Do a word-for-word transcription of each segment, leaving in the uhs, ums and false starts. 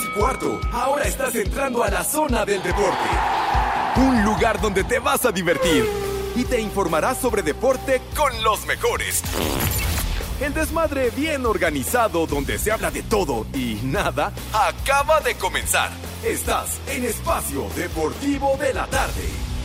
cuarto. Ahora estás entrando a la zona del deporte. Un lugar donde te vas a divertir y te informarás sobre deporte con los mejores. El desmadre bien organizado donde se habla de todo y nada acaba de comenzar. Estás en Espacio Deportivo de la Tarde.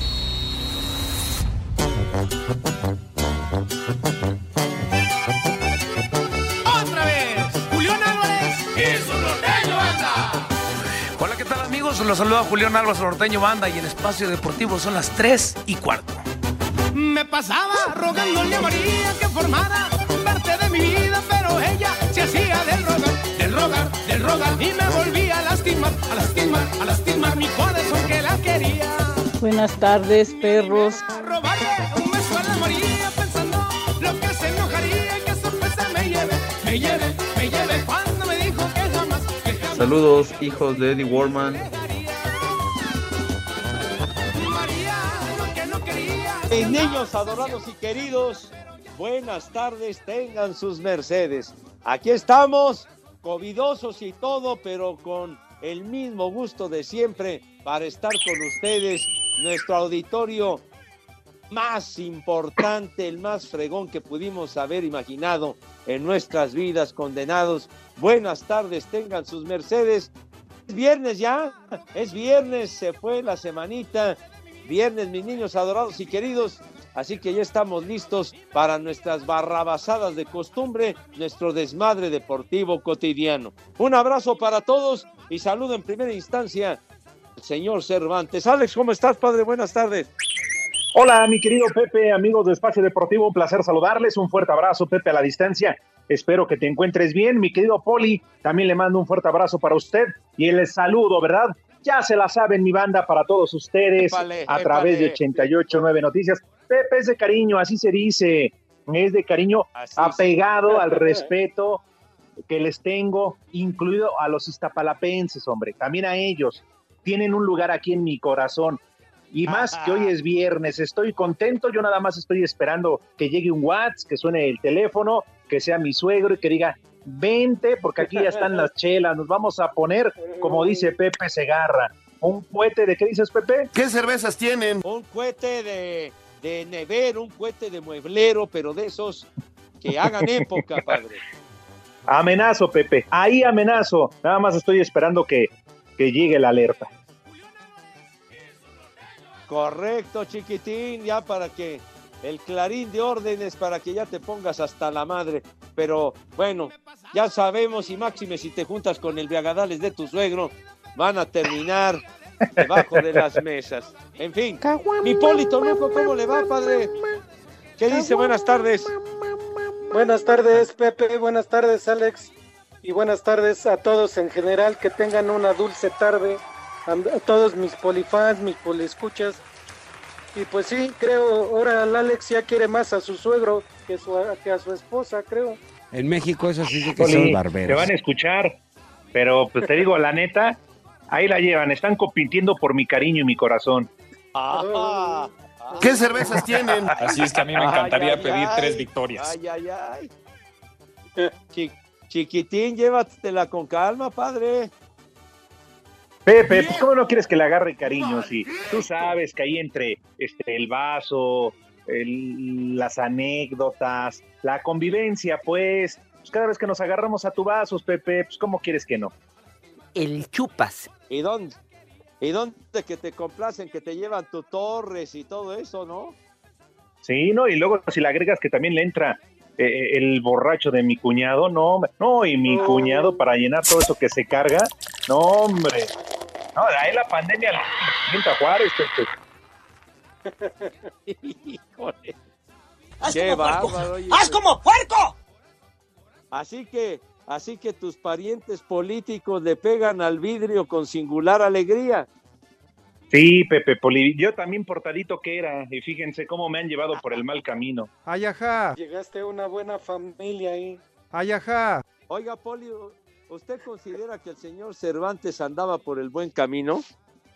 ¡Otra vez! ¡Julián Álvarez y su norteño banda! Hola, ¿qué tal, amigos? Los saluda Julián Álvarez, su norteño banda, y en Espacio Deportivo son las tres y cuarto. Me pasaba rogándole a María que formara parte de mi vida, pero ella se hacía del rogar, del rogar, del rogar, y me volvía a lastimar, a lastimar, a lastimar mi corazón que la quería. Buenas tardes, perros. A robarle un beso a la María pensando lo que se enojaría y qué sorpresa me lleve, me lleve, me lleve cuando me dijo que jamás, que jamás. Saludos, hijos de Eddie Warman. Mis niños adorados y queridos, buenas tardes, tengan sus mercedes. Aquí estamos, covidosos y todo, pero con el mismo gusto de siempre para estar con ustedes, nuestro auditorio más importante, el más fregón que pudimos haber imaginado en nuestras vidas, condenados. Buenas tardes, tengan sus mercedes. Es viernes ya, es viernes, se fue la semanita. Viernes, mis niños adorados y queridos, así que ya estamos listos para nuestras barrabasadas de costumbre, nuestro desmadre deportivo cotidiano. Un abrazo para todos y saludo en primera instancia al señor Cervantes. Alex, ¿cómo estás, padre? Buenas tardes. Hola, mi querido Pepe, amigos de Espacio Deportivo, un placer saludarles, un fuerte abrazo, Pepe, a la distancia. Espero que te encuentres bien, mi querido Poli, también le mando un fuerte abrazo para usted y el saludo, ¿verdad? Ya se la saben, mi banda, para todos ustedes, épale, a través épale. de ochenta y ocho punto nueve Noticias. Pepe, es de cariño, así se dice, es de cariño así apegado al respeto que les tengo, incluido a los iztapalapenses, hombre, también a ellos. Tienen un lugar aquí en mi corazón. Y más Ajá. que hoy es viernes, estoy contento, yo nada más estoy esperando que llegue un WhatsApp, que suene el teléfono, que sea mi suegro y que diga, vente, porque aquí ya están las chelas, nos vamos a poner, como dice Pepe Segarra, un cohete de, ¿qué dices, Pepe? ¿Qué cervezas tienen? Un cohete de, de nevero, un cohete de mueblero, pero de esos que hagan época, padre. Amenazo, Pepe, ahí amenazo, nada más estoy esperando que, que llegue la alerta. Correcto, chiquitín, ya para que el clarín de órdenes, para que ya te pongas hasta la madre. Pero bueno, ya sabemos, y máxime si te juntas con el Viagadales de tu suegro, van a terminar debajo de las mesas. En fin, mi Poli Tonuco, ¿cómo le va, padre? ¿Qué dice? Buenas tardes. Buenas tardes, Pepe, buenas tardes, Alex, y buenas tardes a todos en general, que tengan una dulce tarde. A todos mis polifans, mis poliescuchas. Y pues sí, creo, ahora el Alex ya quiere más a su suegro que, su, que a su esposa, creo. En México eso sí que Poli, son barberos. Te van a escuchar, pero pues te digo, la neta, ahí la llevan, están compitiendo por mi cariño y mi corazón. Ah, ¿Qué cervezas tienen? Así es que a mí me encantaría ay, ay, pedir ay, tres victorias. Ay, ay, ay. Chi- chiquitín, llévatela con calma, padre. Pepe, pues ¿cómo no quieres que le agarre cariño? Si tú sabes que ahí entre este, el vaso, el, las anécdotas, la convivencia, pues, pues, cada vez que nos agarramos a tu vasos, Pepe, pues ¿cómo quieres que no? El chupas. ¿Y dónde? ¿Y dónde que te complacen, que te llevan tu Torres y todo eso, no? Sí, ¿no? Y luego si le agregas que también le entra eh, el borracho de mi cuñado, no, no, y mi oh. cuñado para llenar todo eso que se carga, no, hombre. No, ahí la pandemia la a Juárez, Pepe. Híjole. ¡Haz Qué como bárbaro, puerco! oye, ¡Haz como puerco! Así que, así que tus parientes políticos le pegan al vidrio con singular alegría. Sí, Pepe Poli, yo también portadito que era, y fíjense cómo me han llevado por el mal camino. Ay, ajá. Llegaste a una buena familia ahí. Ay, ajá. Oiga, Poli, ¿usted considera que el señor Cervantes andaba por el buen camino?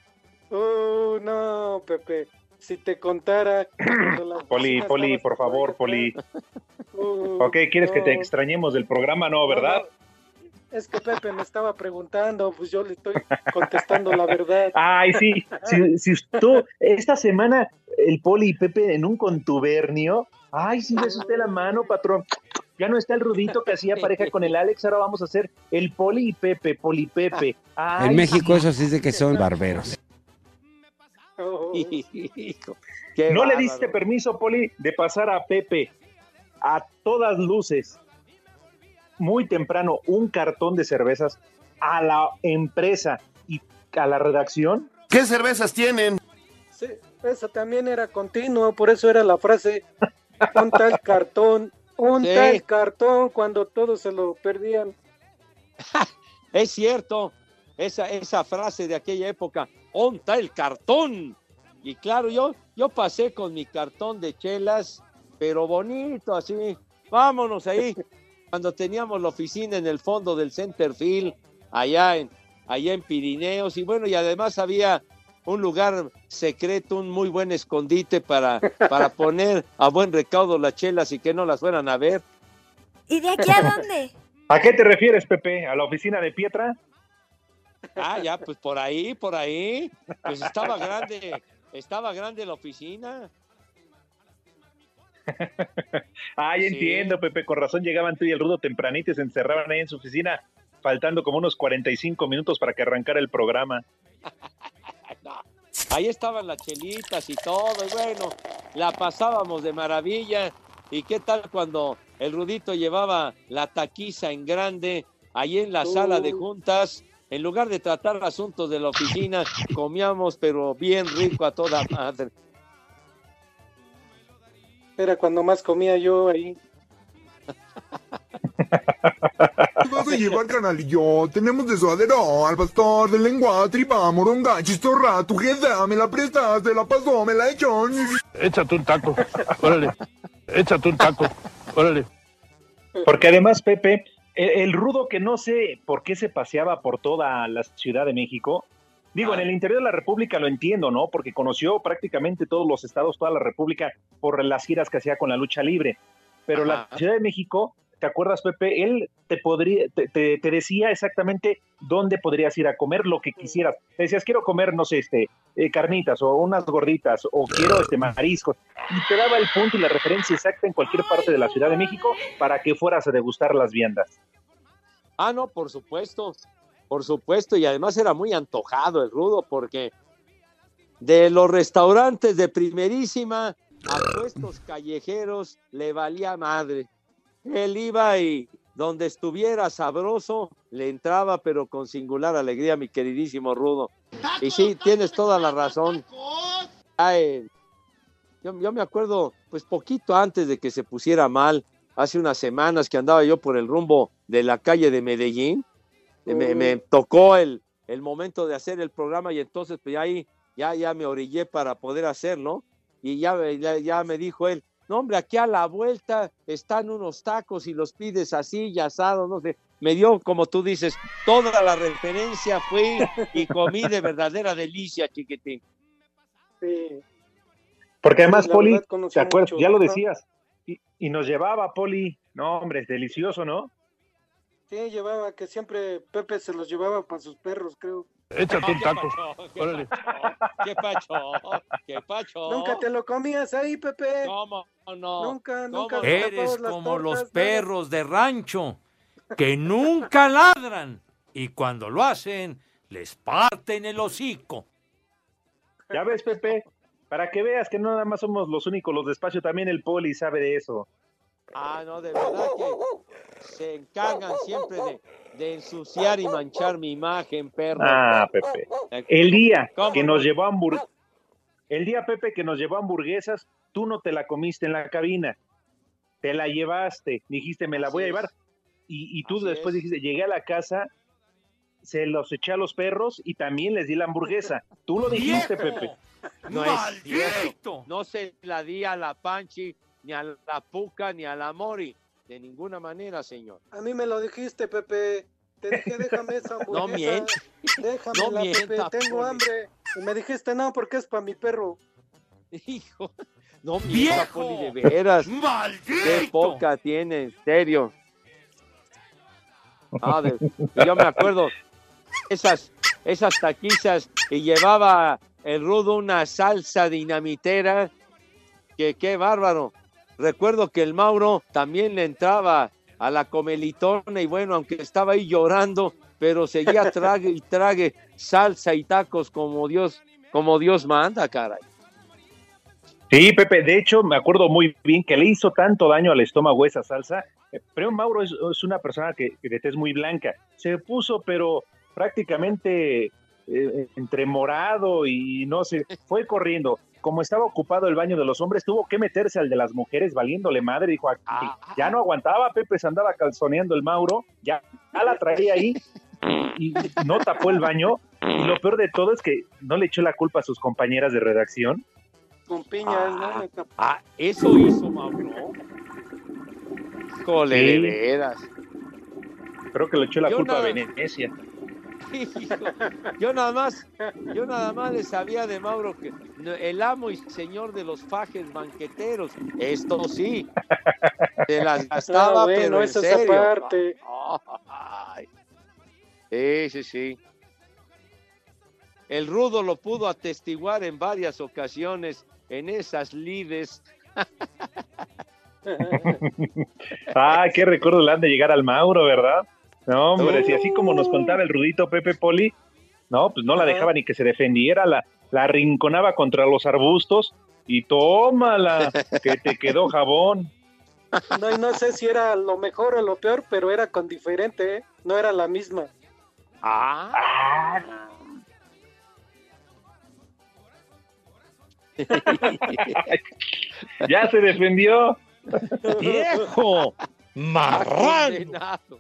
Oh, no, Pepe, si te contara... Poli, Poli, por favor, Poli. Uh, ok, ¿quieres no. que te extrañemos del programa? No, ¿verdad? Es que Pepe me estaba preguntando, pues yo le estoy contestando la verdad. Ay, sí, si, si tú, esta semana el Poli y Pepe en un contubernio, ay, sí, beso usted la mano, patrón. Ya no está el Rudito que hacía pareja con el Alex, ahora vamos a hacer el Poli y Pepe, Poli Pepe. Ay, En México sí. eso sí de que son barberos. Oh, Qué ¿No le bárbaro. diste permiso, Poli, de pasar a Pepe a todas luces, muy temprano, un cartón de cervezas a la empresa y a la redacción? ¿Qué cervezas tienen? sí, eso también era continuo, por eso era la frase, un tal cartón, un Sí. tal cartón, cuando todos se lo perdían. Es cierto, esa, esa frase de aquella época, onta el cartón. Y claro, yo, yo pasé con mi cartón de chelas, pero bonito, así, vámonos ahí, cuando teníamos la oficina en el fondo del Centerfield, allá en, allá en Pirineos, y bueno, y además había un lugar secreto, un muy buen escondite para, para poner a buen recaudo las chelas y que no las fueran a ver. ¿Y de aquí a dónde? ¿A qué te refieres, Pepe? ¿A la oficina de Pietra? Ah, ya, pues por ahí, por ahí, pues estaba grande, estaba grande la oficina. Ay, Sí. entiendo, Pepe, con razón llegaban tú y el Rudo tempranito y se encerraban ahí en su oficina, faltando como unos cuarenta y cinco minutos para que arrancara el programa. Ahí estaban las chelitas y todo, y bueno, la pasábamos de maravilla. ¿Y qué tal cuando el Rudito llevaba la taquiza en grande, ahí en la Uh. sala de juntas? En lugar de tratar asuntos de la oficina, comíamos, pero bien rico a toda madre. Era cuando más comía yo ahí. Vas a llevar, canalillo. Tenemos de suadero al pastor de lengua, tripa, moronga, chistorra, tu jeda, me la prestaste, la pasó, me la echó. Échate un taco, órale, échate un taco, órale. Porque además, Pepe, el, el Rudo que no sé por qué se paseaba por toda la Ciudad de México, digo, en el interior de la República lo entiendo, ¿no? Porque conoció prácticamente todos los estados, toda la República, por las giras que hacía con la lucha libre. Pero Ajá. la Ciudad de México, ¿te acuerdas, Pepe? Él te podría, te, te, te decía exactamente dónde podrías ir a comer lo que quisieras. Te decías, quiero comer, no sé, este, eh, carnitas o unas gorditas o quiero este mariscos. Y te daba el punto y la referencia exacta en cualquier parte de la Ciudad de México para que fueras a degustar las viandas. Ah, no, por supuesto, por supuesto, y además era muy antojado el Rudo, porque de los restaurantes de primerísima a puestos callejeros le valía madre. Él iba y donde estuviera sabroso le entraba, pero con singular alegría, mi queridísimo Rudo. Y sí, tienes toda la razón. Ay, yo, yo me acuerdo, pues poquito antes de que se pusiera mal, hace unas semanas que andaba yo por el rumbo de la calle de Medellín, uh. me, me tocó el, el momento de hacer el programa y entonces pues ahí ya, ya me orillé para poder hacerlo y ya, ya, ya me dijo él, no hombre, aquí a la vuelta están unos tacos y los pides así y asado, no sé, me dio, como tú dices, toda la referencia, fui y comí de verdadera delicia, chiquitín. Sí. Porque además, sí, Poli, verdad, ¿te acuerdas? mucho, Ya lo ¿no? decías. Y, y nos llevaba, Poli. No, hombre, es delicioso, ¿no? Sí, llevaba, que siempre Pepe se los llevaba para sus perros, creo. Échate un taco, ¿Qué órale. pacho? ¿Qué pacho? ¿Qué pacho? ¿Nunca te lo comías ahí, Pepe? ¿Cómo no? Nunca, ¿Cómo nunca. no? te Eres tapabas las como los tortas, perros de rancho, que nunca ladran y cuando lo hacen les parten el hocico. Ya ves, Pepe, para que veas que no nada más somos los únicos, los de espacio, también el Poli sabe de eso. Ah, no, de verdad que se encargan siempre de, de ensuciar y manchar mi imagen, perro. Ah, Pepe. El día ¿Cómo que no? nos llevó a hamburg... El día, Pepe, que nos llevó a hamburguesas, tú no te la comiste en la cabina. Te la llevaste. Dijiste, me la Así voy a es. llevar. Y, y tú Así después es. dijiste, llegué a la casa, se los eché a los perros y también les di la hamburguesa. Tú lo dijiste, ¡Viejo! Pepe. No es cierto. ¡Maldito! No se la di a la Panchi, ni a la Puca, ni a la Mori. De ninguna manera, señor. A mí me lo dijiste, Pepe. Te dije, déjame esa hamburguesa. No mienta. Déjamela, No mienta, Pepe, tengo Poli. hambre. Y me dijiste, no, porque es para mi perro. Hijo, no mienta, ¡Viejo! Poli, de veras. ¡Maldito! Qué poca tiene, en serio. Ah, de, yo me acuerdo esas, esas taquizas y llevaba el Rudo una salsa dinamitera que qué bárbaro. Recuerdo que el Mauro también le entraba a la comelitona y bueno, aunque estaba ahí llorando, pero seguía trague y trague salsa y tacos como Dios, como Dios manda, caray. Sí, Pepe, de hecho me acuerdo muy bien que le hizo tanto daño al estómago esa salsa, pero Mauro es, es una persona que, que de tez muy blanca, se puso pero prácticamente eh, entre morado y no sé, fue corriendo. Como estaba ocupado el baño de los hombres, tuvo que meterse al de las mujeres valiéndole madre, dijo, ah, ya no aguantaba, Pepe se andaba calzoneando el Mauro, ya, ya la traía ahí y no tapó el baño, y lo peor de todo es que no le echó la culpa a sus compañeras de redacción. Con piñas, ah, ¿no? Ah, eso hizo Mauro. Híjole, Sí. de veras. Creo que le echó la Yo culpa nada- a Venecia. Hijo, yo nada más, yo nada más le sabía de Mauro que el amo y señor de los fajes banqueteros, esto sí, se las gastaba, Ah, bueno, pero en esa es serio. aparte. Ay. Sí, sí, sí. El Rudo lo pudo atestiguar en varias ocasiones en esas lides. Ah, qué recuerdo le han de llegar al Mauro, ¿verdad? No, hombre, Uh. si así como nos contaba el Rudito Pepe Poli, no, pues no la Ajá. dejaba ni que se defendiera, la, la arrinconaba contra los arbustos y tómala, que te quedó jabón. No, y no sé si era lo mejor o lo peor, pero era con diferente, ¿eh? No era la misma. Ah. Ya se defendió. ¡Viejo! ¡Marrano! Condenado.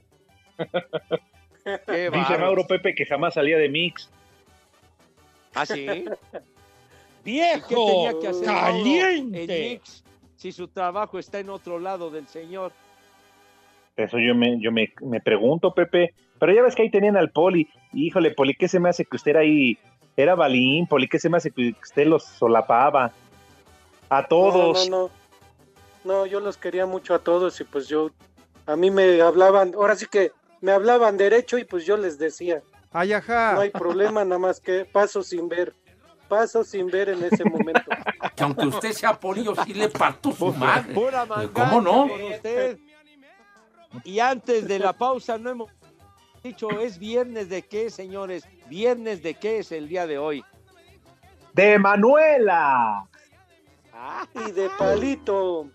Qué Dice bárbaro. Mauro Pepe que jamás salía de mix. ¿Ah, sí? ¿Qué ¡Viejo! tenía que hacer Mauro en ¡Caliente! Mix si su trabajo está en otro lado del señor? Eso yo me, yo me, me pregunto, Pepe. Pero ya ves que ahí tenían al Poli. Híjole, Poli, ¿qué se me hace que usted era ahí? Era balín, Poli, ¿qué se me hace que usted los solapaba? A todos. No, no, no. No, yo los quería mucho a todos y pues yo, a mí me hablaban, ahora sí que me hablaban derecho y pues yo les decía, Ay, ajá. no hay problema, nada más que paso sin ver, paso sin ver en ese momento. Que aunque usted sea polillo, sí le parto su madre. Pura mangancha ¿Cómo no? por usted. Y antes de la pausa no hemos dicho, ¿es viernes de qué, señores? ¿Viernes de qué es el día de hoy? ¡De Manuela! Y de palito.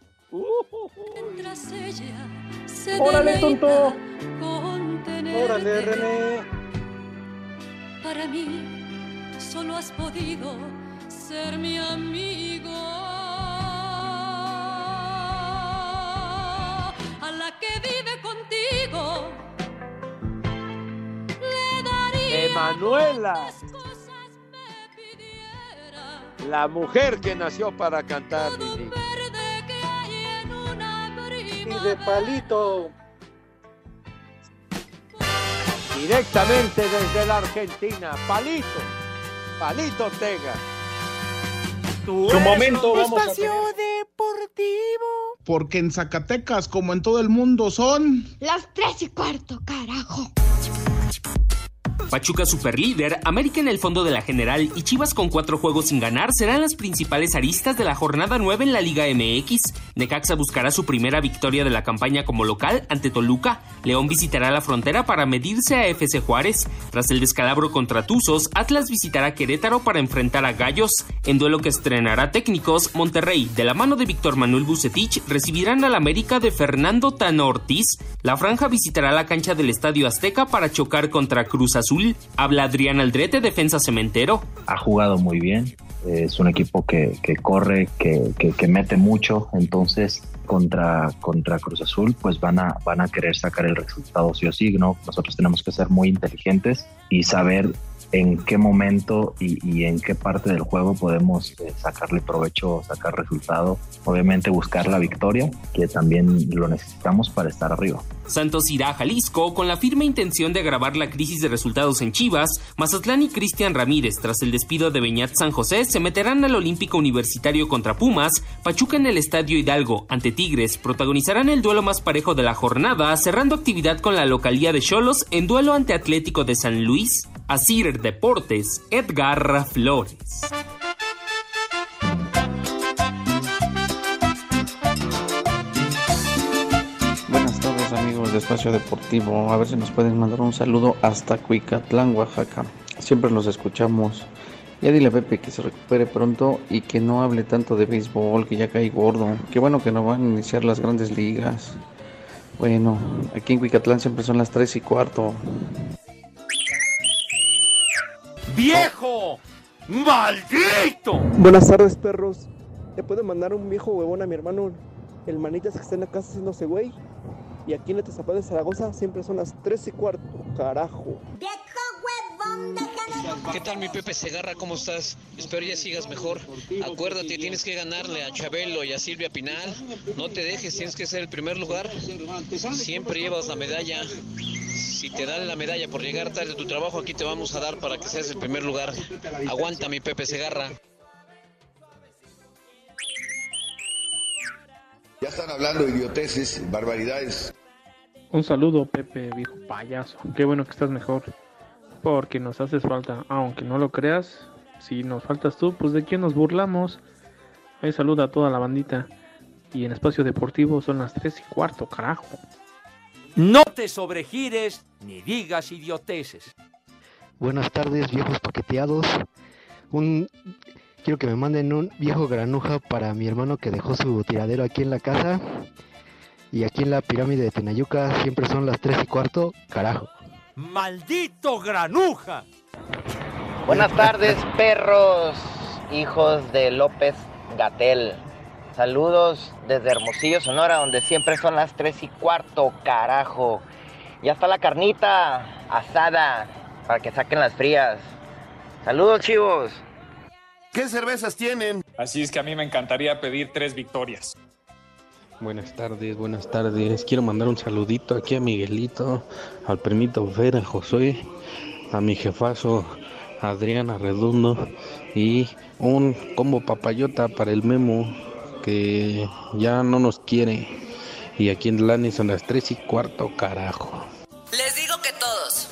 ¡Órale, tonto! Órale, René. Para mí solo has podido ser mi amigo. A la que vive contigo le daría Emanuela, las cosas me pidiera. la mujer que nació para cantar, Todo Lili. verde que hay en una Y primavera. de palito. Directamente desde la Argentina, Palito, Palito Ortega. Su momento, vamos a Espacio Deportivo. Porque en Zacatecas, como en todo el mundo, son... Las tres y cuarto, carajo. Pachuca superlíder, América en el fondo de la general y Chivas con cuatro juegos sin ganar serán las principales aristas de la jornada nueve en la Liga M X. Necaxa buscará su primera victoria de la campaña como local ante Toluca. León visitará la frontera para medirse a F C Juárez. Tras el descalabro contra Tuzos, Atlas visitará Querétaro para enfrentar a Gallos. En duelo que estrenará técnicos, Monterrey, de la mano de Víctor Manuel Bucetich, recibirán al América de Fernando Tano Ortiz. La franja visitará la cancha del Estadio Azteca para chocar contra Cruz Azul. Habla Adrián Aldrete, defensa cementero. Ha jugado muy bien, es un equipo que, que corre, que, que, que mete mucho, entonces contra, contra Cruz Azul pues van a, van a querer sacar el resultado sí o sí, ¿no? Nosotros tenemos que ser muy inteligentes y saber en qué momento y, y en qué parte del juego podemos eh, sacarle provecho, sacar resultado. Obviamente buscar la victoria, que también lo necesitamos para estar arriba. Santos irá a Jalisco con la firme intención de agravar la crisis de resultados en Chivas. Mazatlán y Cristian Ramírez, tras el despido de Beñat San José, se meterán al Olímpico Universitario contra Pumas. Pachuca en el Estadio Hidalgo ante Tigres protagonizarán el duelo más parejo de la jornada, cerrando actividad con la localía de Xolos en duelo ante Atlético de San Luis. Asir Deportes, Edgar Flores. Buenas tardes, amigos de Espacio Deportivo. A ver si nos pueden mandar un saludo hasta Cuicatlán, Oaxaca. Siempre los escuchamos. Ya dile a Pepe que se recupere pronto y que no hable tanto de béisbol, que ya cae gordo. Qué bueno que no van a iniciar las grandes ligas. Bueno, aquí en Cuicatlán siempre son las tres y cuarto. ¡Viejo! ¡Maldito! Buenas tardes, perros. ¿Le puedo mandar un viejo huevón a mi hermano, el Manitas, que está en la casa haciéndose güey? Y aquí en la Tezapán de Zaragoza siempre son las tres y cuarto, carajo. ¿Qué tal, mi Pepe Segarra? ¿Cómo estás? Espero ya sigas mejor. Acuérdate, tienes que ganarle a Chabelo y a Silvia Pinal. No te dejes, tienes que ser el primer lugar. Siempre llevas la medalla. Si te dan la medalla por llegar tarde a tu trabajo, aquí te vamos a dar para que seas el primer lugar. Aguanta, mi Pepe Segarra. Ya están hablando de idioteces, barbaridades. Un saludo, Pepe, viejo payaso. Qué bueno que estás mejor. Porque nos haces falta. Aunque no lo creas, si nos faltas tú, pues de quién nos burlamos. Ahí saluda a toda la bandita. Y en Espacio Deportivo son las tres y cuarto, carajo. No te sobregires ni digas idioteces. Buenas tardes, viejos paqueteados. Un... Quiero que me manden un viejo granuja para mi hermano que dejó su tiradero aquí en la casa. Y aquí en la pirámide de Tenayuca siempre son las tres y cuarto, carajo. ¡Maldito granuja! Buenas tardes, perros, hijos de López Gatell. Saludos desde Hermosillo, Sonora, donde siempre son las tres y cuarto, carajo. Ya está la carnita asada para que saquen las frías. Saludos, chivos. ¿Qué cervezas tienen? Así es que a mí me encantaría pedir tres victorias. Buenas tardes, buenas tardes. Quiero mandar un saludito aquí a Miguelito, al primito Fer, a Josué, a mi jefazo Adriana Redondo y un combo papayota para el Memo que ya no nos quiere. Y aquí en Lani son las tres y cuarto, carajo. Les digo que todos.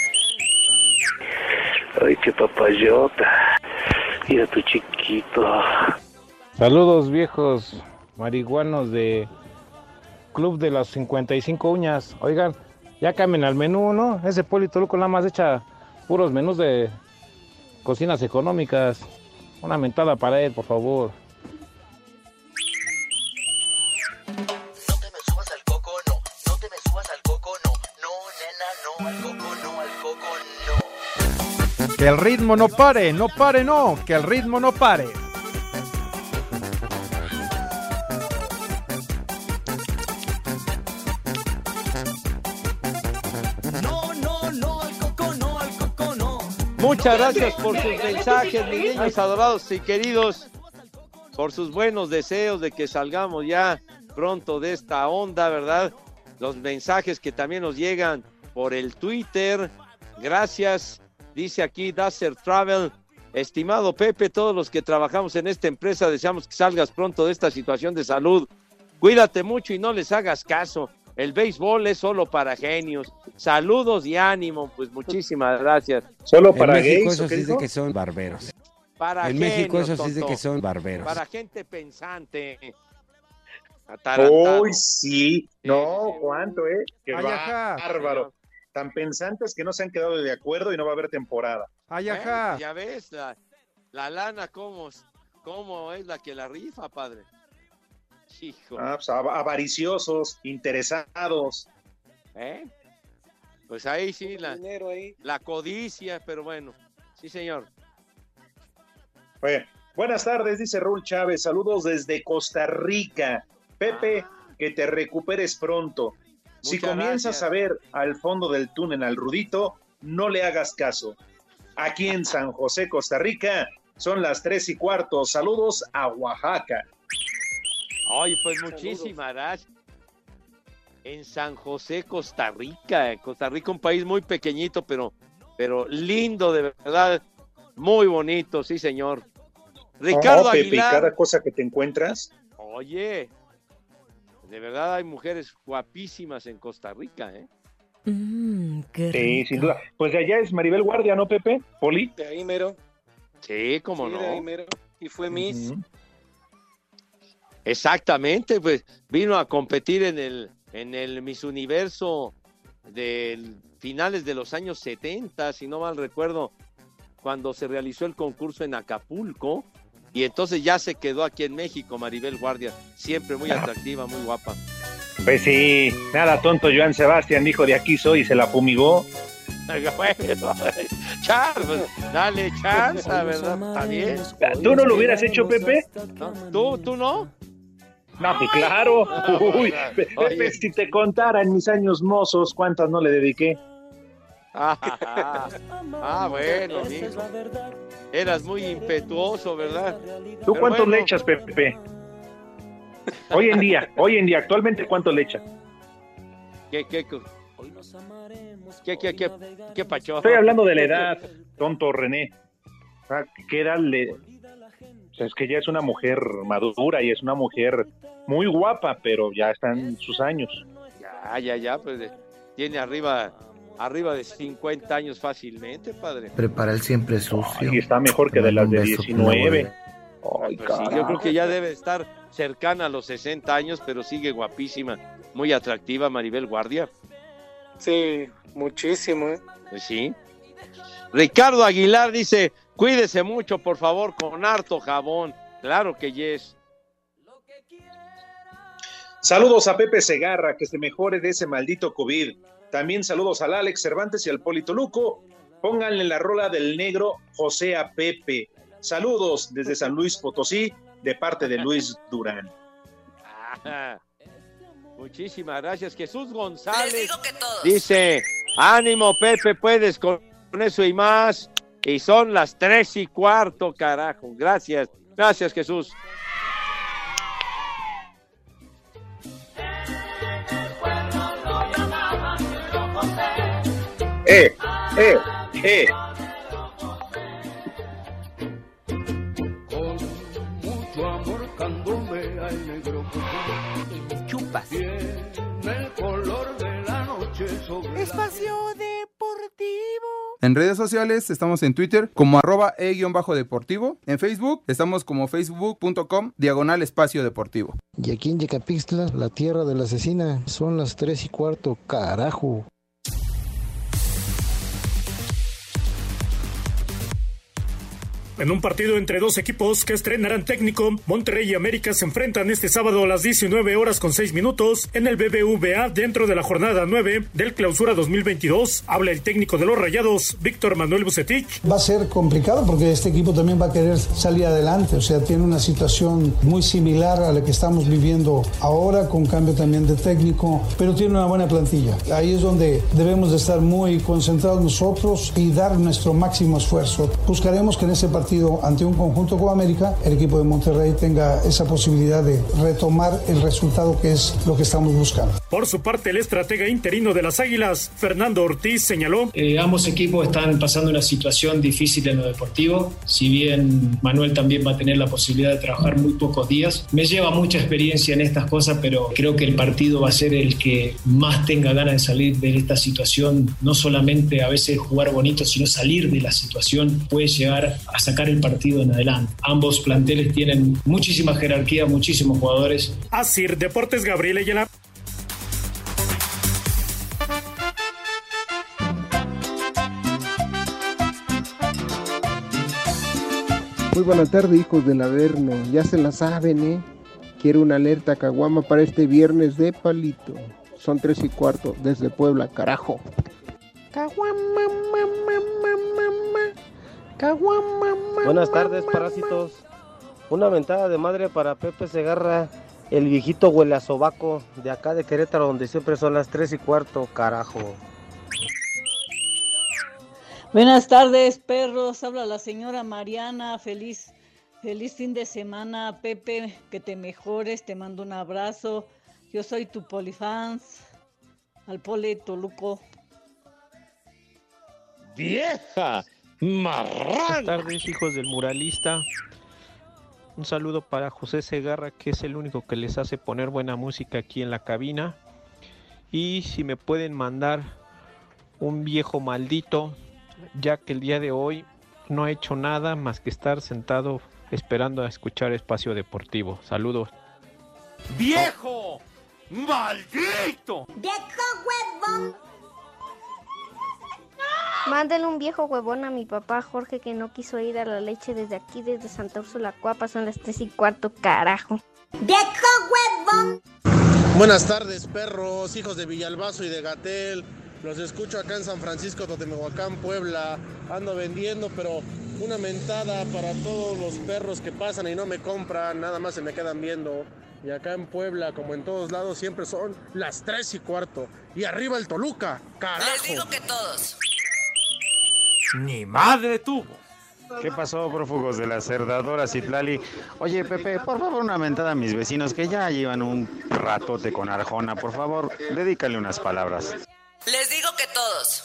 Ay, qué papayota. Mira tu chiquito. Saludos, viejos marihuanos de Club de las cincuenta y cinco uñas. Oigan, ya cambien al menú, ¿no? Ese Poli Toluco nada más echa puros menús de cocinas económicas. Una mentada para él, por favor. Que el ritmo no pare, no pare, no, que el ritmo no pare. No, no, no, al coco no, al coco no. Muchas gracias por sus mensajes, mis niños adorados y queridos, por sus buenos deseos de que salgamos ya pronto de esta onda, ¿verdad? Los mensajes que también nos llegan por el Twitter. Gracias. Dice aquí Dacer Travel, estimado Pepe, todos los que trabajamos en esta empresa deseamos que salgas pronto de esta situación de salud. Cuídate mucho y no les hagas caso. El béisbol es solo para genios. Saludos y ánimo. Pues muchísimas gracias. Solo para en México gays, eso sí ¿qué es de dijo? que son barberos. Para en genios, México eso sí es de tonto. que son barberos. Para gente pensante. Atarantado. Uy, sí. No, ¿cuánto, eh? Qué Ay, ajá. bárbaro. Tan pensantes que no se han quedado de acuerdo y no va a haber temporada. Ay, Bueno, ajá. pues ya ves, la, la lana, cómo, cómo es la que la rifa, padre. Hijo. Ah, pues, av- avariciosos, interesados. ¿Eh? Pues ahí sí, la, Dinero ahí. la codicia, pero bueno. Sí, señor. Bueno, buenas tardes, dice Raúl Chávez. Saludos desde Costa Rica. Pepe, que te recuperes pronto. Si Muchas comienzas gracias. a ver al fondo del túnel al Rudito, no le hagas caso. Aquí en San José, Costa Rica, son las tres y cuarto. Saludos a Oaxaca. Ay, pues muchísimas gracias. En San José, Costa Rica. Costa Rica, un país muy pequeñito, pero, pero lindo, de verdad. Muy bonito, sí, señor. Ricardo oh, Pepe, Aguilar. cada cosa que te encuentras. Oye, de verdad hay mujeres guapísimas en Costa Rica, ¿eh? Mm, qué sí, rico. sin duda. Pues de allá es Maribel Guardia, ¿no, Pepe? ¿Poli? De ahí mero. Sí, cómo sí, no. De ahí mero. Y fue Miss. Uh-huh. Exactamente, pues vino a competir en el, en el Miss Universo de finales de los años setenta, si no mal recuerdo, cuando se realizó el concurso en Acapulco, y entonces ya se quedó aquí en México, Maribel Guardia, siempre muy atractiva, muy guapa. Pues sí, nada tonto, Joan Sebastián dijo de aquí soy y se la fumigó. Bueno, Char, pues, dale chance, ¿verdad? Está bien. ¿Tú no lo hubieras hecho, Pepe? ¿No? ¿Tú, tú no? No, pues claro. Uy, Pepe, si te contara en mis años mozos, ¿cuántas no le dediqué? Ah, ah, ah, bueno, amigo. Eras muy impetuoso, ¿verdad? ¿Tú Pero cuánto bueno. le echas, Pepe? Hoy en día, hoy en día, actualmente, ¿cuánto le echas? ¿Qué, qué, qué, qué, qué, qué, qué pacho? Estoy hablando de la edad, tonto René. Ah, ¿qué edad le...? O sea, es que ya es una mujer madura y es una mujer muy guapa, pero ya está en sus años. Ya, ya, ya, pues tiene arriba, arriba de cincuenta años fácilmente, padre. Prepara el siempre sucio. Y está mejor que de las de Un beso, diecinueve. Ay, pues sí, yo creo que ya debe estar cercana a los sesenta años, pero sigue guapísima, muy atractiva Maribel Guardia. Sí, muchísimo, ¿eh? Pues sí. Ricardo Aguilar dice, cuídese mucho, por favor, con harto jabón. Claro que yes. Saludos a Pepe Segarra, que se mejore de ese maldito COVID. También saludos al Alex Cervantes y al Polito Luco. Pónganle la rola del negro José a Pepe. Saludos desde San Luis Potosí, de parte de Luis Durán. Ah, muchísimas gracias. Jesús González Les digo que todos. dice, ánimo Pepe, puedes con eso y más. Y son las tres y cuarto, carajo. Gracias, gracias Jesús. Eh, eh, eh. Mucho amor candombe al negro El chupas. el color de la noche sobre Espacio Deportivo. En redes sociales estamos en Twitter como arroba e-deportivo. En Facebook estamos como facebook.com diagonal espacio deportivo. Y aquí en Yecapixtla, la tierra de la asesina, son las tres y cuarto, carajo. En un partido entre dos equipos que estrenarán técnico, Monterrey y América se enfrentan este sábado a las diecinueve horas con seis minutos en el B B V A dentro de la jornada nueve del Clausura dos mil veintidós. Habla el técnico de los Rayados, Víctor Manuel Bucetich. Va a ser complicado porque este equipo también va a querer salir adelante, o sea, tiene una situación muy similar a la que estamos viviendo ahora, con cambio también de técnico, pero tiene una buena plantilla. Ahí es donde debemos de estar muy concentrados nosotros y dar nuestro máximo esfuerzo. Buscaremos que en ese partido ante un conjunto como América, el equipo de Monterrey tenga esa posibilidad de retomar el resultado que es lo que estamos buscando. Por su parte, el estratega interino de las Águilas, Fernando Ortiz, señaló: eh, ambos equipos están pasando una situación difícil en lo deportivo. Si bien Manuel también va a tener la posibilidad de trabajar muy pocos días, me lleva mucha experiencia en estas cosas, pero creo que el partido va a ser el que más tenga ganas de salir de esta situación. No solamente a veces jugar bonito, sino salir de la situación puede llegar a sacar el partido en adelante. Ambos planteles tienen muchísima jerarquía, muchísimos jugadores. Asir Deportes, Gabriel Ayala. Muy buenas tardes, hijos del Averno. Ya se la saben, ¿eh? Quiero una alerta caguama para este viernes de palito. Son tres y cuarto desde Puebla, carajo. Caguama, mamá, mamá. Caguama, mamá. Buenas tardes, parásitos. Una mentada de madre para Pepe Segarra, el viejito huele a sobaco de acá de Querétaro, donde siempre son las tres y cuarto, carajo. Buenas tardes, perros. Habla la señora Mariana. Feliz, feliz fin de semana, Pepe. Que te mejores. Te mando un abrazo. Yo soy tu polifans. Al Pole Toluco. ¡Vieja! ¡Marrana! Buenas tardes, hijos del muralista. Un saludo para José Segarra, que es el único que les hace poner buena música aquí en la cabina. Y si me pueden mandar un viejo maldito, ya que el día de hoy no ha hecho nada más que estar sentado esperando a escuchar Espacio Deportivo. Saludos. ¡Viejo! ¡Maldito! ¡Viejo huevón! Mándale un viejo huevón a mi papá Jorge, que no quiso ir a la leche desde aquí, desde Santa Úrsula Cuapa. Son las tres y cuarto, carajo. ¡Viejo huevón! Buenas tardes, perros, hijos de Villalbazo y de Gatel. Los escucho acá en San Francisco, Totemehuacán, Puebla. Ando vendiendo, pero una mentada para todos los perros que pasan y no me compran. Nada más se me quedan viendo. Y acá en Puebla, como en todos lados, siempre son las tres y cuarto. Y arriba el Toluca, carajo. Les digo que todos. Ni madre tuvo. ¿Qué pasó, prófugos de la Cerdadora Citlali? Oye, Pepe, por favor, una mentada a mis vecinos que ya llevan un ratote con Arjona. Por favor, dedícale unas palabras. Les digo que todos.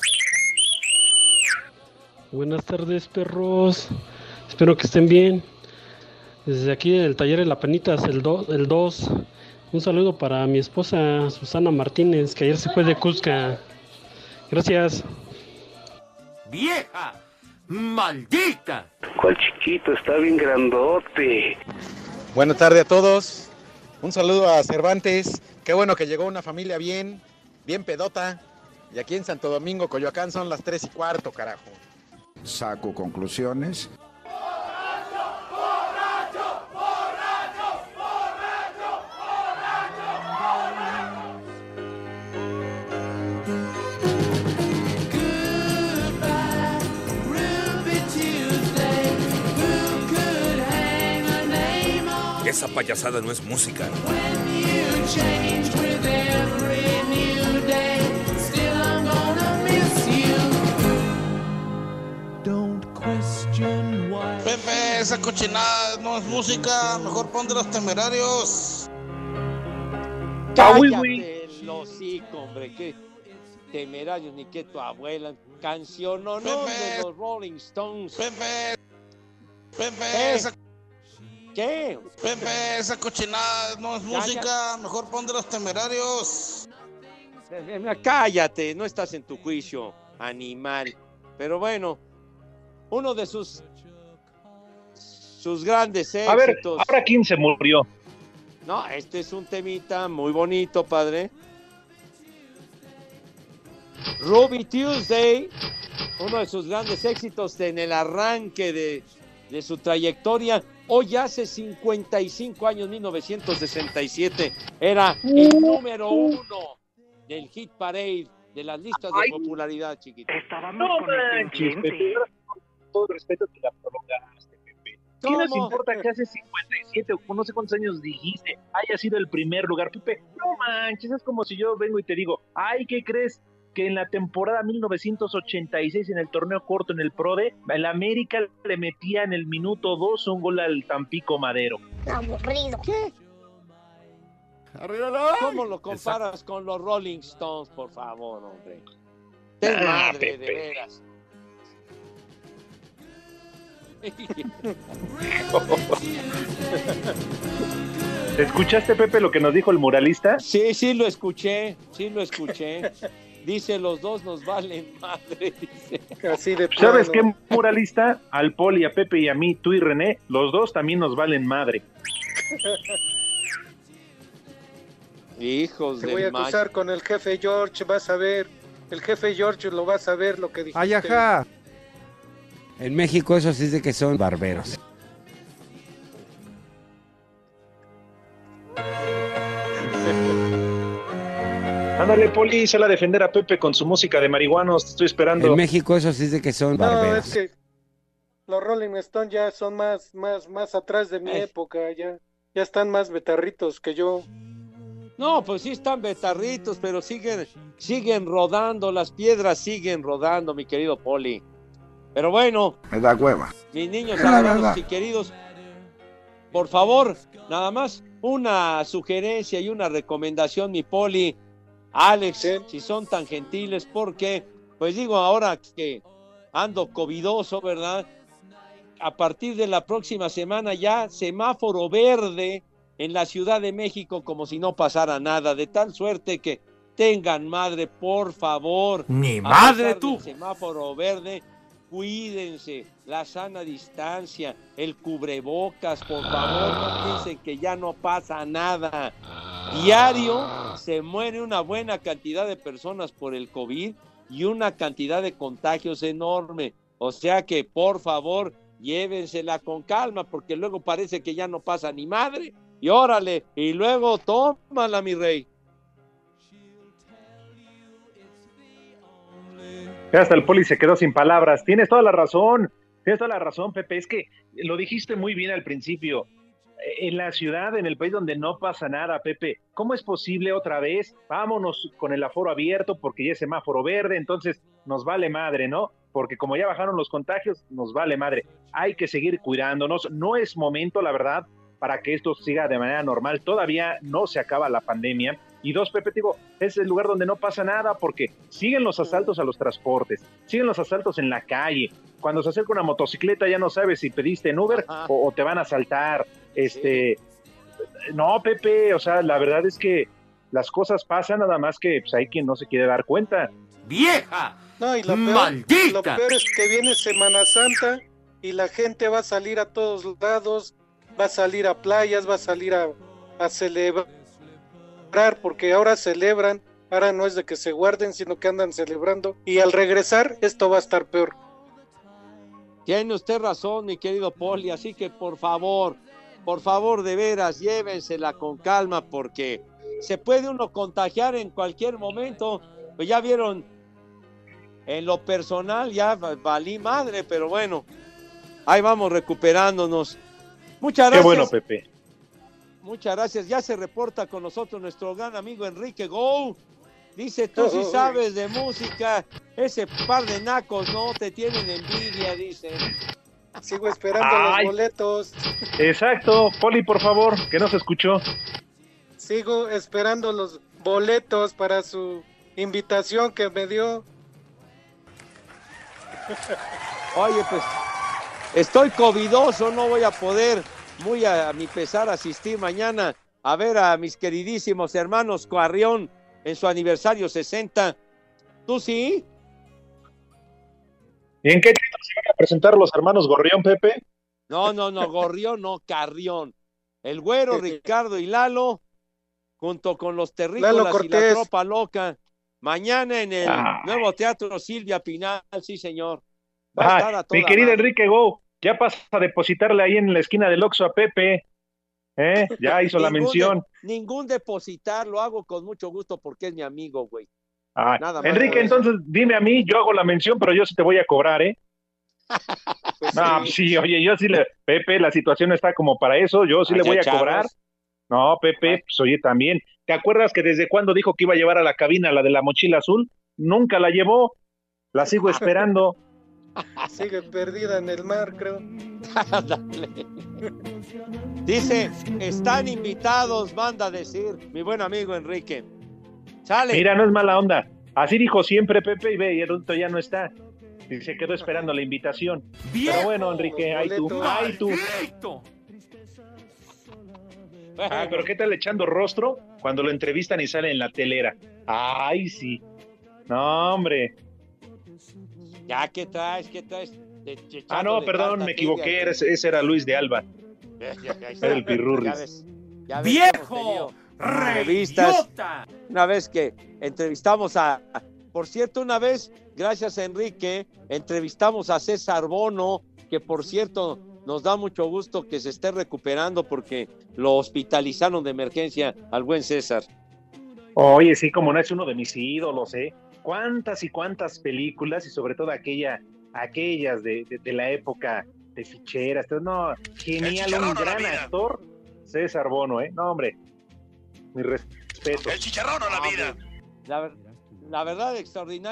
Buenas tardes, perros. Espero que estén bien. Desde aquí del taller de La Penitas, el dos. Un saludo para mi esposa Susana Martínez, que ayer se fue de Cusca. Gracias. ¡Vieja! ¡Maldita! ¿Cuál chiquito? Está bien grandote. Buenas tardes a todos. Un saludo a Cervantes. Qué bueno que llegó una familia bien, bien pedota. Y aquí en Santo Domingo, Coyoacán, son las tres y cuarto, carajo. Saco conclusiones. Esa payasada no es música. Pepe, esa cochinada no es música. Mejor ponte Los Temerarios. Cállate el hocico, hombre. Qué Temerarios, ni que tu abuela. Canción no, no, de los Rolling Stones. Pepe. Pepe, ¿Qué? esa... ¿Qué? Pepe, esa cochinada no es música. Mejor ponte Los Temerarios. Cállate, no estás en tu juicio, animal. Pero bueno, uno de sus sus grandes éxitos. A ver, ¿ahora quién se murió? No, este es un temita muy bonito, padre. Ruby Tuesday, uno de sus grandes éxitos en el arranque de, de su trayectoria. Hoy hace cincuenta y cinco años, mil novecientos sesenta y siete, era el número uno del Hit Parade, de las listas de Ay, popularidad, chiquito. No manches, Pepe, con todo el respeto que la prolongaste, Pepe. ¿Qué nos importa que hace cincuenta y siete o no sé cuántos años dijiste haya sido el primer lugar, Pepe? No manches, es como si yo vengo y te digo, ay, ¿qué crees? Que en la temporada mil novecientos ochenta y seis, en el torneo corto, en el PRODE, el América le metía en el minuto dos un gol al Tampico Madero. Aburrido. ¿Qué? ¡Arriba! ¿Cómo lo comparas Exacto. con los Rolling Stones, por favor, hombre? ¡Qué ah, madre, Pepe. De veras! ¿Escuchaste, Pepe, lo que nos dijo el muralista? Sí, sí lo escuché, sí lo escuché. Dice, los dos nos valen madre, dice. Así de ¿Sabes qué, muralista? Al Poli, a Pepe y a mí, tú y René, los dos también nos valen madre. Hijos de Te voy a acusar macho. Con el jefe George, vas a ver. El jefe George lo vas a ver lo que dijiste. Ay, ajá. En México eso sí es de que son barberos. Ándale, Poli, sale a defender a Pepe con su música de marihuanos, te estoy esperando. En México eso sí es de que son no, barberos. Es que los Rolling Stones ya son más, más, más atrás de mi eh. época, ya, ya están más betarritos que yo. No, pues sí están betarritos, pero siguen, siguen rodando, las piedras siguen rodando, mi querido Poli. Pero bueno. Me da cueva. Mis niños Es la adorados verdad. y queridos, por favor, nada más una sugerencia y una recomendación, mi Poli, Alex, sí. Si son tan gentiles, porque, pues digo, ahora que ando covidoso, ¿verdad? A partir de la próxima semana ya semáforo verde en la Ciudad de México como si no pasara nada, de tal suerte que tengan madre, por favor. Ni madre tú. Semáforo verde, cuídense, la sana distancia, el cubrebocas, por favor, no piensen que ya no pasa nada. Diario se muere una buena cantidad de personas por el COVID y una cantidad de contagios enorme. O sea que, por favor, llévensela con calma, porque luego parece que ya no pasa ni madre, y órale, y luego tómala, mi rey. Hasta el Poli se quedó sin palabras. Tienes toda la razón, tienes toda la razón, Pepe, es que lo dijiste muy bien al principio. En la ciudad, en el país donde no pasa nada, Pepe, ¿cómo es posible otra vez? Vámonos con el aforo abierto porque ya es semáforo verde, entonces nos vale madre, ¿no? Porque como ya bajaron los contagios, nos vale madre. Hay que seguir cuidándonos. No es momento, la verdad, para que esto siga de manera normal. Todavía no se acaba la pandemia. Y dos, Pepe, digo, es el lugar donde no pasa nada porque siguen los asaltos a los transportes, siguen los asaltos en la calle. Cuando se acerca una motocicleta ya no sabes si pediste en Uber o, o te van a asaltar. Este, sí. No, Pepe, o sea, la verdad es que las cosas pasan, nada más que pues, hay quien no se quiere dar cuenta. ¡Vieja! No, y lo peor, ¡Maldita! Lo peor es que viene Semana Santa y la gente va a salir a todos lados, va a salir a playas, va a salir a, a celebrar, porque ahora celebran, ahora no es de que se guarden, sino que andan celebrando, y al regresar esto va a estar peor. Tiene usted razón, mi querido Poli, así que por favor, por favor, de veras, llévensela con calma, porque se puede uno contagiar en cualquier momento. Pues ya vieron, en lo personal ya valí madre, pero bueno, ahí vamos recuperándonos. Muchas gracias. Qué bueno, Pepe. Muchas gracias. Ya se reporta con nosotros nuestro gran amigo Enrique Go. Dice, tú sí sabes de música, ese par de nacos no te tienen envidia, dice. Sigo esperando Ay. los boletos. Exacto, Poli, por favor, que no se escuchó. Sigo esperando los boletos para su invitación que me dio. Oye, pues, estoy covidoso, no voy a poder, muy a, a mi pesar, asistir mañana a ver a mis queridísimos hermanos Carrión en su aniversario sesenta. ¿Tú sí? ¿Y en qué teatro se van a presentar los hermanos Gorrión, Pepe? No, no, no, Gorrión, no, Carrión. El Güero, Ricardo y Lalo, junto con los Terrícolas y la Tropa Loca. Mañana en el ah. nuevo Teatro Silvia Pinal, sí, señor. Va ah, a estar a toda mi querido madre. Enrique Go, ya pasa a depositarle ahí en la esquina del Oxxo a Pepe. ¿Eh? Ya hizo la mención. De, ningún depositar, lo hago con mucho gusto porque es mi amigo, güey. Ah, Enrique, entonces dime a mí, yo hago la mención, pero yo sí te voy a cobrar, ¿eh? Pues no, sí. sí, oye, yo sí le, Pepe, la situación está como para eso, yo sí Ay, le voy a chavos. cobrar. No, Pepe, pues oye, también. ¿Te acuerdas que desde cuando dijo que iba a llevar a la cabina la de la mochila azul? Nunca la llevó, la sigo esperando. Sigue perdida en el mar, creo. Dice, están invitados, manda a decir, mi buen amigo Enrique. Sale. Mira, no es mala onda. Así dijo siempre Pepe y ve, y el adulto ya no está. Y se quedó esperando la invitación. ¡Viejo! Pero bueno, Enrique, ahí tú, ahí tú. Ah, pero ¿qué tal echando rostro cuando lo entrevistan y sale en la telera? Ay, sí. No, hombre. Ya, ¿qué traes? ¿Qué traes? De, de ah, no, perdón, me equivoqué. Ese, ese era Luis de Alba. Ya, ya, ya, era el Pirurris. Ya ves, ya ves ¡viejo! Revistas. Una vez que entrevistamos a... Por cierto, una vez, gracias a Enrique, entrevistamos a César Bono, que por cierto, nos da mucho gusto que se esté recuperando porque lo hospitalizaron de emergencia al buen César. Oye, sí, como no es uno de mis ídolos, ¿eh? Cuántas y cuántas películas, y sobre todo aquella, aquellas de, de, de la época de ficheras. No, genial, un gran actor, César Bono, ¿eh? No, hombre, mi respeto. El chicharrón o la vida. La, la verdad, extraordinario, y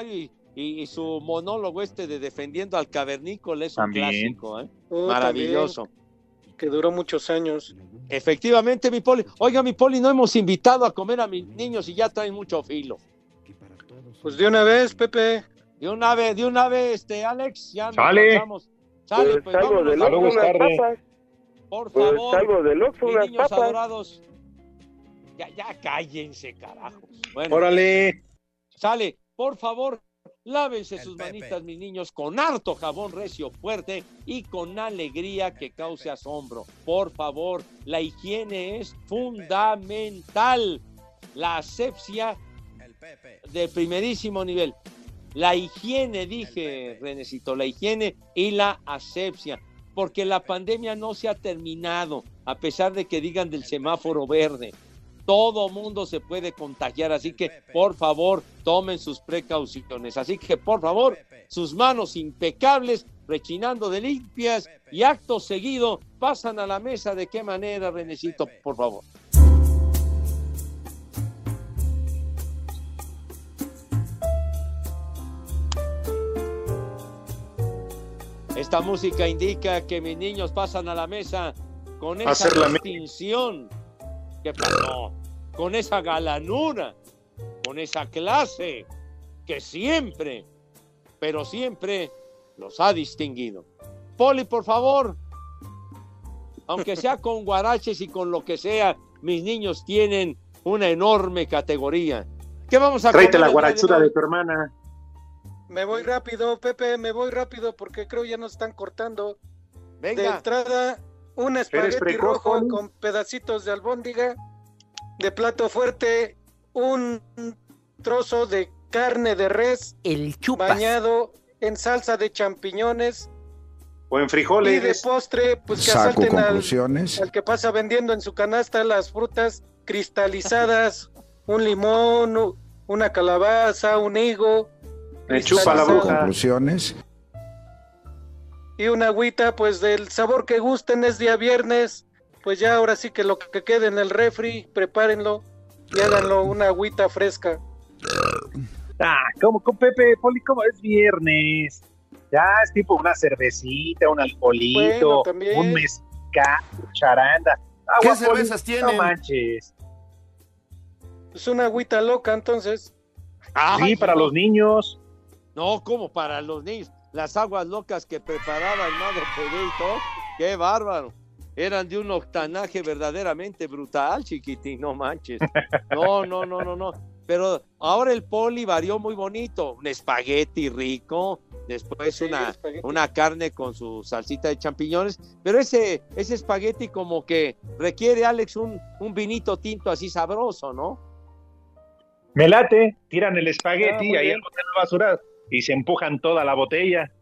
y, y su monólogo este de defendiendo al cavernícola es un También. clásico, ¿eh? Oh, Maravilloso. también, que duró muchos años. Efectivamente, mi Poli. Oiga, mi Poli, no hemos invitado a comer a mis niños y ya traen mucho filo. Pues de una vez, Pepe. De una vez, de una vez, este, Alex, ya nos Sale. cansamos. Sale, pues, Pues salgo vámonos. del Oxxo Luego es unas tarde. papas. Por Pues favor, salgo del Oxxo mis unas niños papas. adorados. Ya, ya cállense, carajo. Bueno, Órale. sale, por favor, lávense sus manitas, mis niños, con harto jabón recio fuerte y con alegría que cause asombro. Por favor, la higiene es fundamental. La asepsia de primerísimo nivel. La higiene, dije, Renecito, la higiene y la asepsia, porque la pandemia no se ha terminado, a pesar de que digan del semáforo verde. Todo mundo se puede contagiar, así que, por favor, tomen sus precauciones. Así que, por favor, sus manos impecables, rechinando de limpias, y acto seguido pasan a la mesa. ¿De qué manera, Renecito? Por favor. Esta música indica que mis niños pasan a la mesa con esa Hacer la me- distinción. ¿Qué pasó? Con esa galanura, con esa clase que siempre, pero siempre los ha distinguido. Poli, por favor, aunque sea con guaraches y con lo que sea, mis niños tienen una enorme categoría. ¿Qué vamos a Tráete la comer el día de guarachuda hoy? de tu hermana. Me voy rápido, Pepe, me voy rápido porque creo ya nos están cortando. De Venga, entrada, un ¿Eres espagueti precoz, rojo Poli? con pedacitos de albóndiga. De plato fuerte, un trozo de carne de res El chupas. bañado en salsa de champiñones. O en Y de frijoles. postre, pues que Saco asalten al, conclusiones. al que pasa vendiendo en su canasta las frutas cristalizadas, un limón, u- una calabaza, un higo, Me chupa la Saco bruja. conclusiones. y una agüita, pues del sabor que gusten. Es día viernes, pues ya ahora sí que lo que quede en el refri, prepárenlo y háganlo una agüita fresca. Ah, ¿cómo, cómo, Pepe, Poli, cómo es viernes? Ya es tipo una cervecita, un alcoholito, Bueno, también. un mezcal, charanda. ¿Qué Agua, Poli, cervezas tienen? No manches. Es una agüita loca, entonces. Ay, Sí, para no. los niños. No, como para los niños. Las aguas locas que preparaba el Mago Pedrito, qué bárbaro. Eran de un octanaje verdaderamente brutal, chiquitín, no manches. No, no, no, no, no. Pero ahora el Poli varió muy bonito. Un espagueti rico, después Sí, una, espagueti. una carne con su salsita de champiñones. Pero ese, ese espagueti como que requiere, Alex, un, un vinito tinto así sabroso, ¿no? Me late, tiran el Ah, espagueti muy ahí bien. al bote de basura y se empujan toda la botella.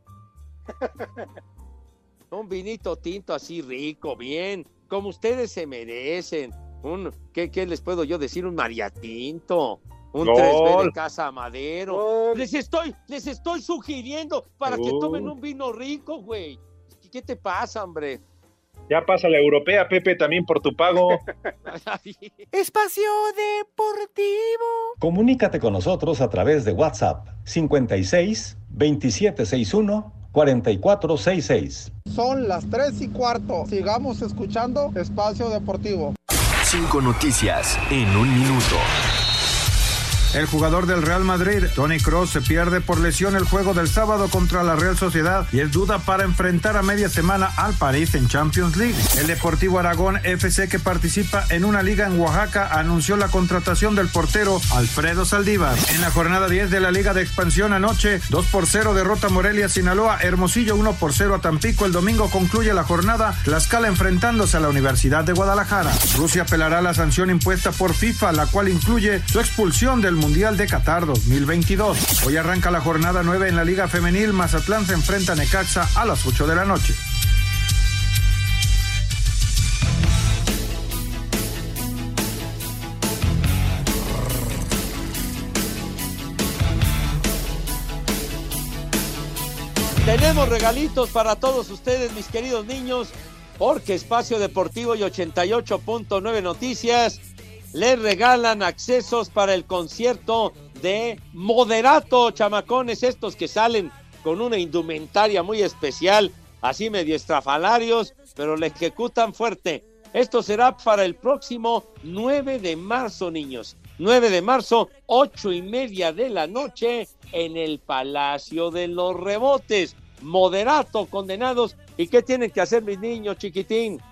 Un vinito tinto así rico, bien, como ustedes se merecen. Un, ¿qué, qué les puedo yo decir? Un mariatinto, un Gol. tres B de Casa Madero. Gol. Les estoy, les estoy sugiriendo para que Gol. tomen un vino rico, güey. ¿Qué te pasa, hombre? Ya pasa la europea, Pepe, también por tu pago. Espacio Deportivo. Comunícate con nosotros a través de WhatsApp cincuenta y seis, veintisiete sesenta y uno, cuarenta y cuatro sesenta y seis. Son las tres y cuarto. Sigamos escuchando Espacio Deportivo. Cinco noticias en un minuto. El jugador del Real Madrid, Toni Kroos, se pierde por lesión el juego del sábado contra la Real Sociedad y es duda para enfrentar a media semana al París en Champions League. El Deportivo Aragón F C, que participa en una liga en Oaxaca, anunció la contratación del portero Alfredo Saldívar. En la jornada diez de la Liga de Expansión anoche, dos por cero derrota Morelia Sinaloa, Hermosillo uno por cero a Tampico. El domingo concluye la jornada, Tlaxcala enfrentándose a la Universidad de Guadalajara. Rusia apelará la sanción impuesta por FIFA, la cual incluye su expulsión del Mundial de Qatar dos mil veintidós. Hoy arranca la jornada nueve en la Liga Femenil. Mazatlán se enfrenta a Necaxa a las ocho de la noche. Tenemos regalitos para todos ustedes, mis queridos niños, porque Espacio Deportivo y ochenta y ocho punto nueve Noticias les regalan accesos para el concierto de Moderato, chamacones, estos que salen con una indumentaria muy especial, así medio estrafalarios, pero le ejecutan fuerte. Esto será para el próximo nueve de marzo, niños. nueve de marzo, ocho y media de la noche, en el Palacio de los Rebotes. Moderato, condenados. ¿Y qué tienen que hacer mis niños, chiquitín?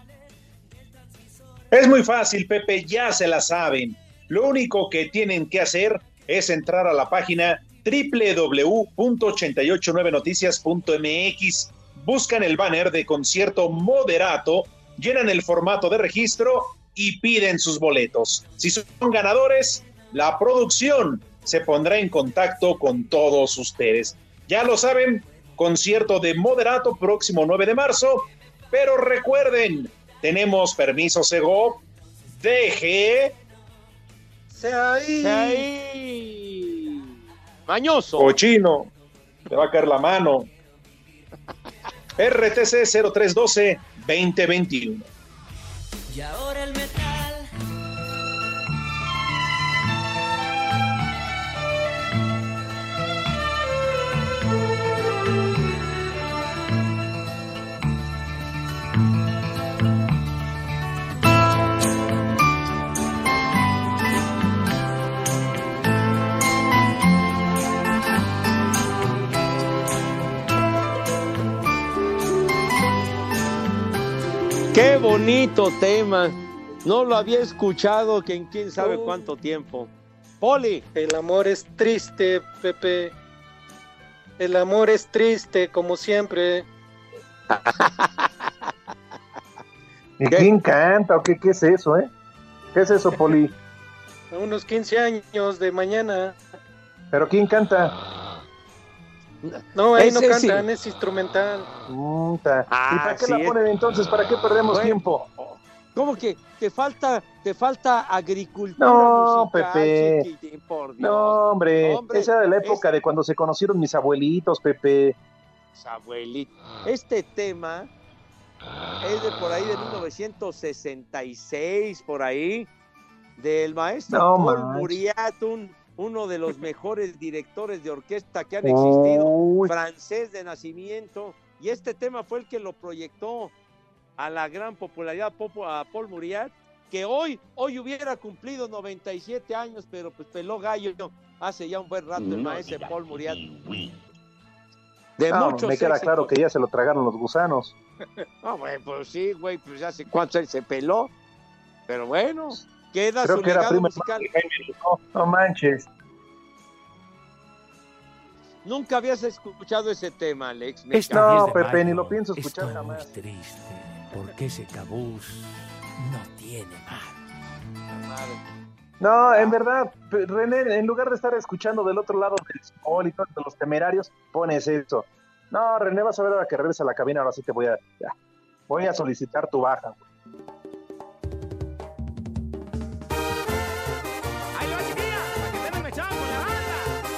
Es muy fácil, Pepe, ya se la saben. Lo único que tienen que hacer es entrar a la página doble u doble u doble u punto ochenta y ocho nueve noticias punto m x, buscan el banner de concierto Moderato, llenan el formato de registro y piden sus boletos. Si son ganadores, la producción se pondrá en contacto con todos ustedes. Ya lo saben, concierto de Moderato próximo nueve de marzo, pero recuerden, tenemos permiso Segov, deje... ¡Se ahí! ¡Se ahí! ¡Mañoso! Cochino, te va a caer la mano. R T C cero tres uno dos veinte veintiuno. Y ahora el metal. ¡Qué bonito tema! No lo había escuchado que en quién sabe Oh. cuánto tiempo. Poli. El amor es triste, Pepe. El amor es triste, como siempre. ¿Y quién canta o qué, qué es eso, eh? ¿Qué es eso, Poli? A unos quince años de mañana. ¿Pero quién canta? No, ahí Ese no cantan, sí. es instrumental. Puta. Ah, ¿Y para qué sí la es. ponen entonces? ¿Para qué perdemos Bueno. tiempo? ¿Cómo que te falta, te falta agricultura No, musical, Pepe. chiquitín, por Dios? No, hombre, Hombre, esa era de la época es- de cuando se conocieron mis abuelitos, Pepe. Abuelito. Este tema es de por ahí de mil novecientos sesenta y seis, por ahí, del maestro No Paul manches. Muriat, un- uno de los mejores directores de orquesta que han existido, Uy. francés de nacimiento, y este tema fue el que lo proyectó a la gran popularidad Popo- a Paul Muriat, que hoy, hoy hubiera cumplido noventa y siete años, pero pues peló gallo hace ya un buen rato el maestro Paul Muriat. De No, muchos me queda éxitos. claro que ya se lo tragaron los gusanos. Ah, güey, pues sí, güey, pues ya hace cuántos años se peló. Pero bueno, queda Creo su que era legado primo musical. de Jaime Licó. No manches. Nunca habías escuchado ese tema, Alex. Me Esta- cago. No, de Pepe, mayo. ni lo pienso escuchar Estoy jamás. muy triste porque ese cabús no tiene madre. No, en verdad, P- René, en lugar de estar escuchando del otro lado del sol y todos los temerarios, pones eso. No, René, vas a ver ahora que regresa a la cabina, ahora sí te voy a... ya. Voy a solicitar tu baja. ¡Ahí va, chiquilla! ¡Para que tengan mechado con la banda!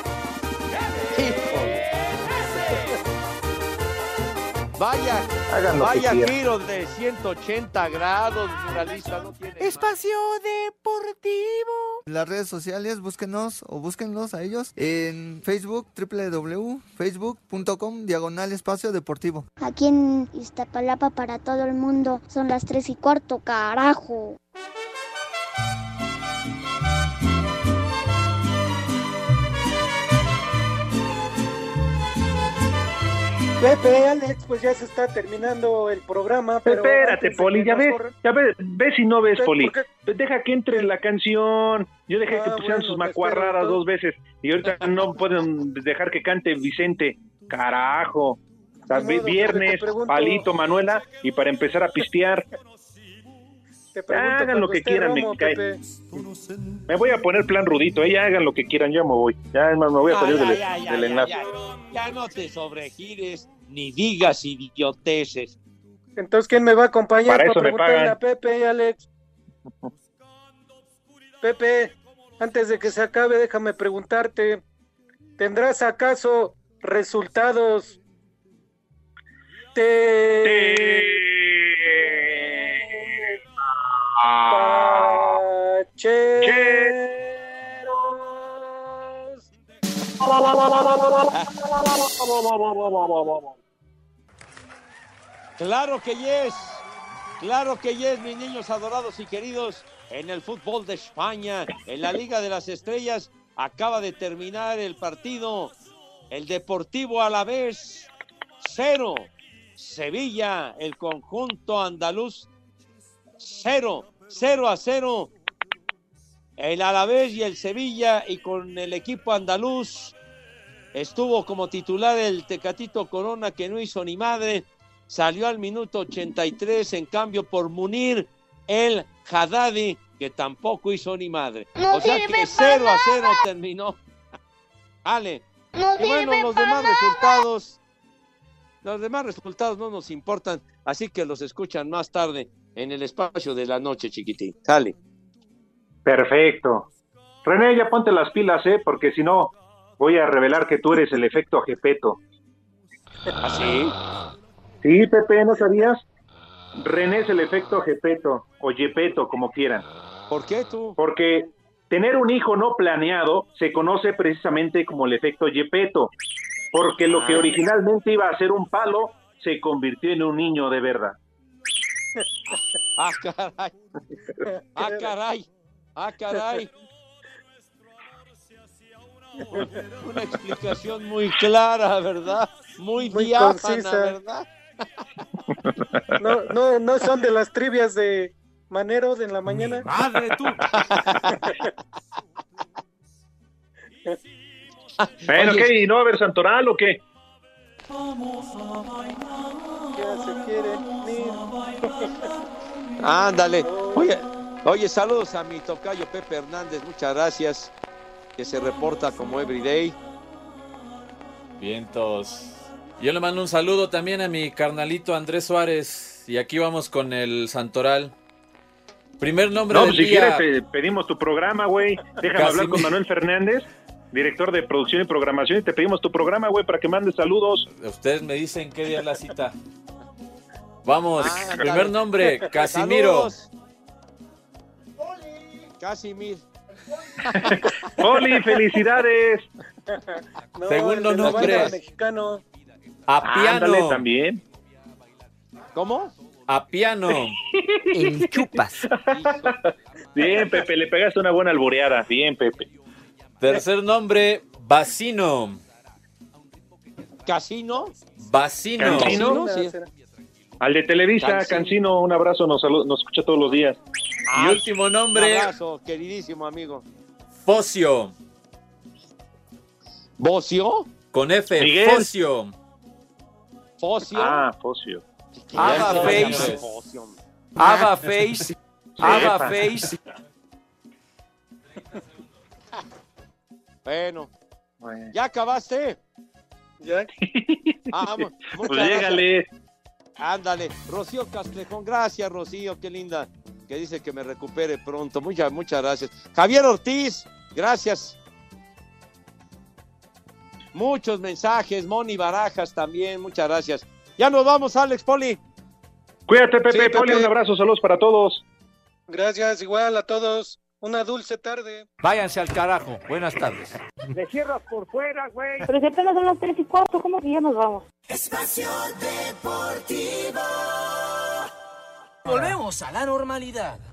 Vaya, Hagan lo que vaya quieran. giro de ciento ochenta grados, muralista, no tiene Espacio Deportivo. En las redes sociales, búsquenos o búsquenlos a ellos en Facebook, doble u doble u doble u punto facebook punto com, diagonal espacio deportivo. Aquí en Iztapalapa para todo el mundo son las tres y cuarto, carajo. Pepe, Alex, pues ya se está terminando el programa. Pero Espérate, antes de Poli, que ya nos ves, corran- ya ves, ves y no ves, ¿Por Poli. qué? Deja que entre la canción. Yo dejé Ah, que pusieran bueno, sus te macuarradas espero, dos veces y ahorita no pueden dejar que cante Vicente. Carajo. O sea, Ni modo, viernes, Pepe, te pregunto. Palito, Manuela, y para empezar a pistear. Te pregunto Hagan cuando lo que esté quieran, me Romo, cae. Pepe. Me voy a poner plan rudito, ¿eh? Ya hagan lo que quieran, yo me voy. Ya, es más, me voy a Ya, salir ya, del, ya, ya, del ya, enlace. ya. Ya no te sobregires ni digas idioteces. Entonces, ¿quién me va a acompañar Para para, eso me preguntarle pagan. a Pepe y Alex? Pepe, antes de que se acabe, déjame preguntarte, ¿tendrás acaso resultados de... Pacheros? Claro que yes, claro que yes, mis niños adorados y queridos. En el fútbol de España, en la Liga de las Estrellas, acaba de terminar el partido. El Deportivo Alavés, cero. Sevilla, el conjunto andaluz, cero. Cero a cero. El Alavés y el Sevilla, y con el equipo andaluz estuvo como titular el Tecatito Corona, que no hizo ni madre. Salió al minuto ochenta y tres, en cambio por Munir el Haddadi, que tampoco hizo ni madre. No o sea que cero a cero terminó. Ale. No y bueno, los demás nada. resultados, los demás resultados no nos importan, así que los escuchan más tarde en el espacio de la noche, chiquitín. Sale. Perfecto. René, ya ponte las pilas, ¿eh? Porque si no, voy a revelar que tú eres el efecto Gepetto. ¿Ah, sí? Sí, Pepe, ¿no sabías? René es el efecto Gepetto, o Gepetto, como quieran. ¿Por qué tú? Porque tener un hijo no planeado se conoce precisamente como el efecto Gepetto, porque lo que originalmente iba a ser un palo se convirtió en un niño de verdad. Ah, caray. Ah, caray. Ah, caray. Una explicación muy clara, ¿verdad? Muy, Muy diáfana, concisa. ¿verdad? No, no, no son de las trivias de Maneros en la mañana. Madre tú. Bueno, Oye, ¿qué? ¿Y no va a haber Santoral o qué? Ya se quieren ir. ándale. Oye, oye, saludos a mi tocayo Pepe Hernández, muchas gracias, que se reporta como everyday. Vientos. Yo le mando un saludo también a mi carnalito Andrés Suárez. Y aquí vamos con el Santoral. Primer nombre No, del pues si día. quieres te pedimos tu programa, güey. Déjame hablar con Manuel Fernández, director de producción y programación, y te pedimos tu programa, güey, para que mandes saludos. Ustedes me dicen qué día es la cita. Vamos, Ah, primer dale. nombre, Casimiro. Saludos. Casimir. Oli, felicidades. No, Segundo el de la nombre. banda mexicano. Apiano. Ándale, también. ¿Cómo? Apiano. El chupas. Bien, Pepe, le pegaste una buena alboreada. Bien, Pepe. Tercer nombre, Bacino. ¿Casino? Bacino. Cancino. Sí. Al de Televisa, Cancino. Cancino, un abrazo, nos, salu- nos escucha todos los días. Y último Un nombre, abrazo, queridísimo amigo. Focio. ¿Bocio? Con F, Miguel. Focio. ¿Focio? Ah, Focio. Ava Ya Face. sabes, Focio. Ava Face. Ava Face. Bueno, Bueno. ¿ya acabaste? Ya. Ah, mu- muchas Pues gracias. llégale. Ándale, Rocío Castrejón, gracias Rocío, qué linda, que dice que me recupere pronto, muchas, muchas gracias. Javier Ortiz, gracias. Muchos mensajes, Moni Barajas también, muchas gracias. Ya nos vamos, Alex Poli. Cuídate, Pepe, Sí, Pepe. Poli, un abrazo, saludos para todos. Gracias, igual a todos. Una dulce tarde. Váyanse al carajo. Buenas tardes. Le cierras por fuera, güey. Pero si apenas son las tres y cuarto, ¿cómo que ya nos vamos? Espacio Deportivo. Volvemos a la normalidad.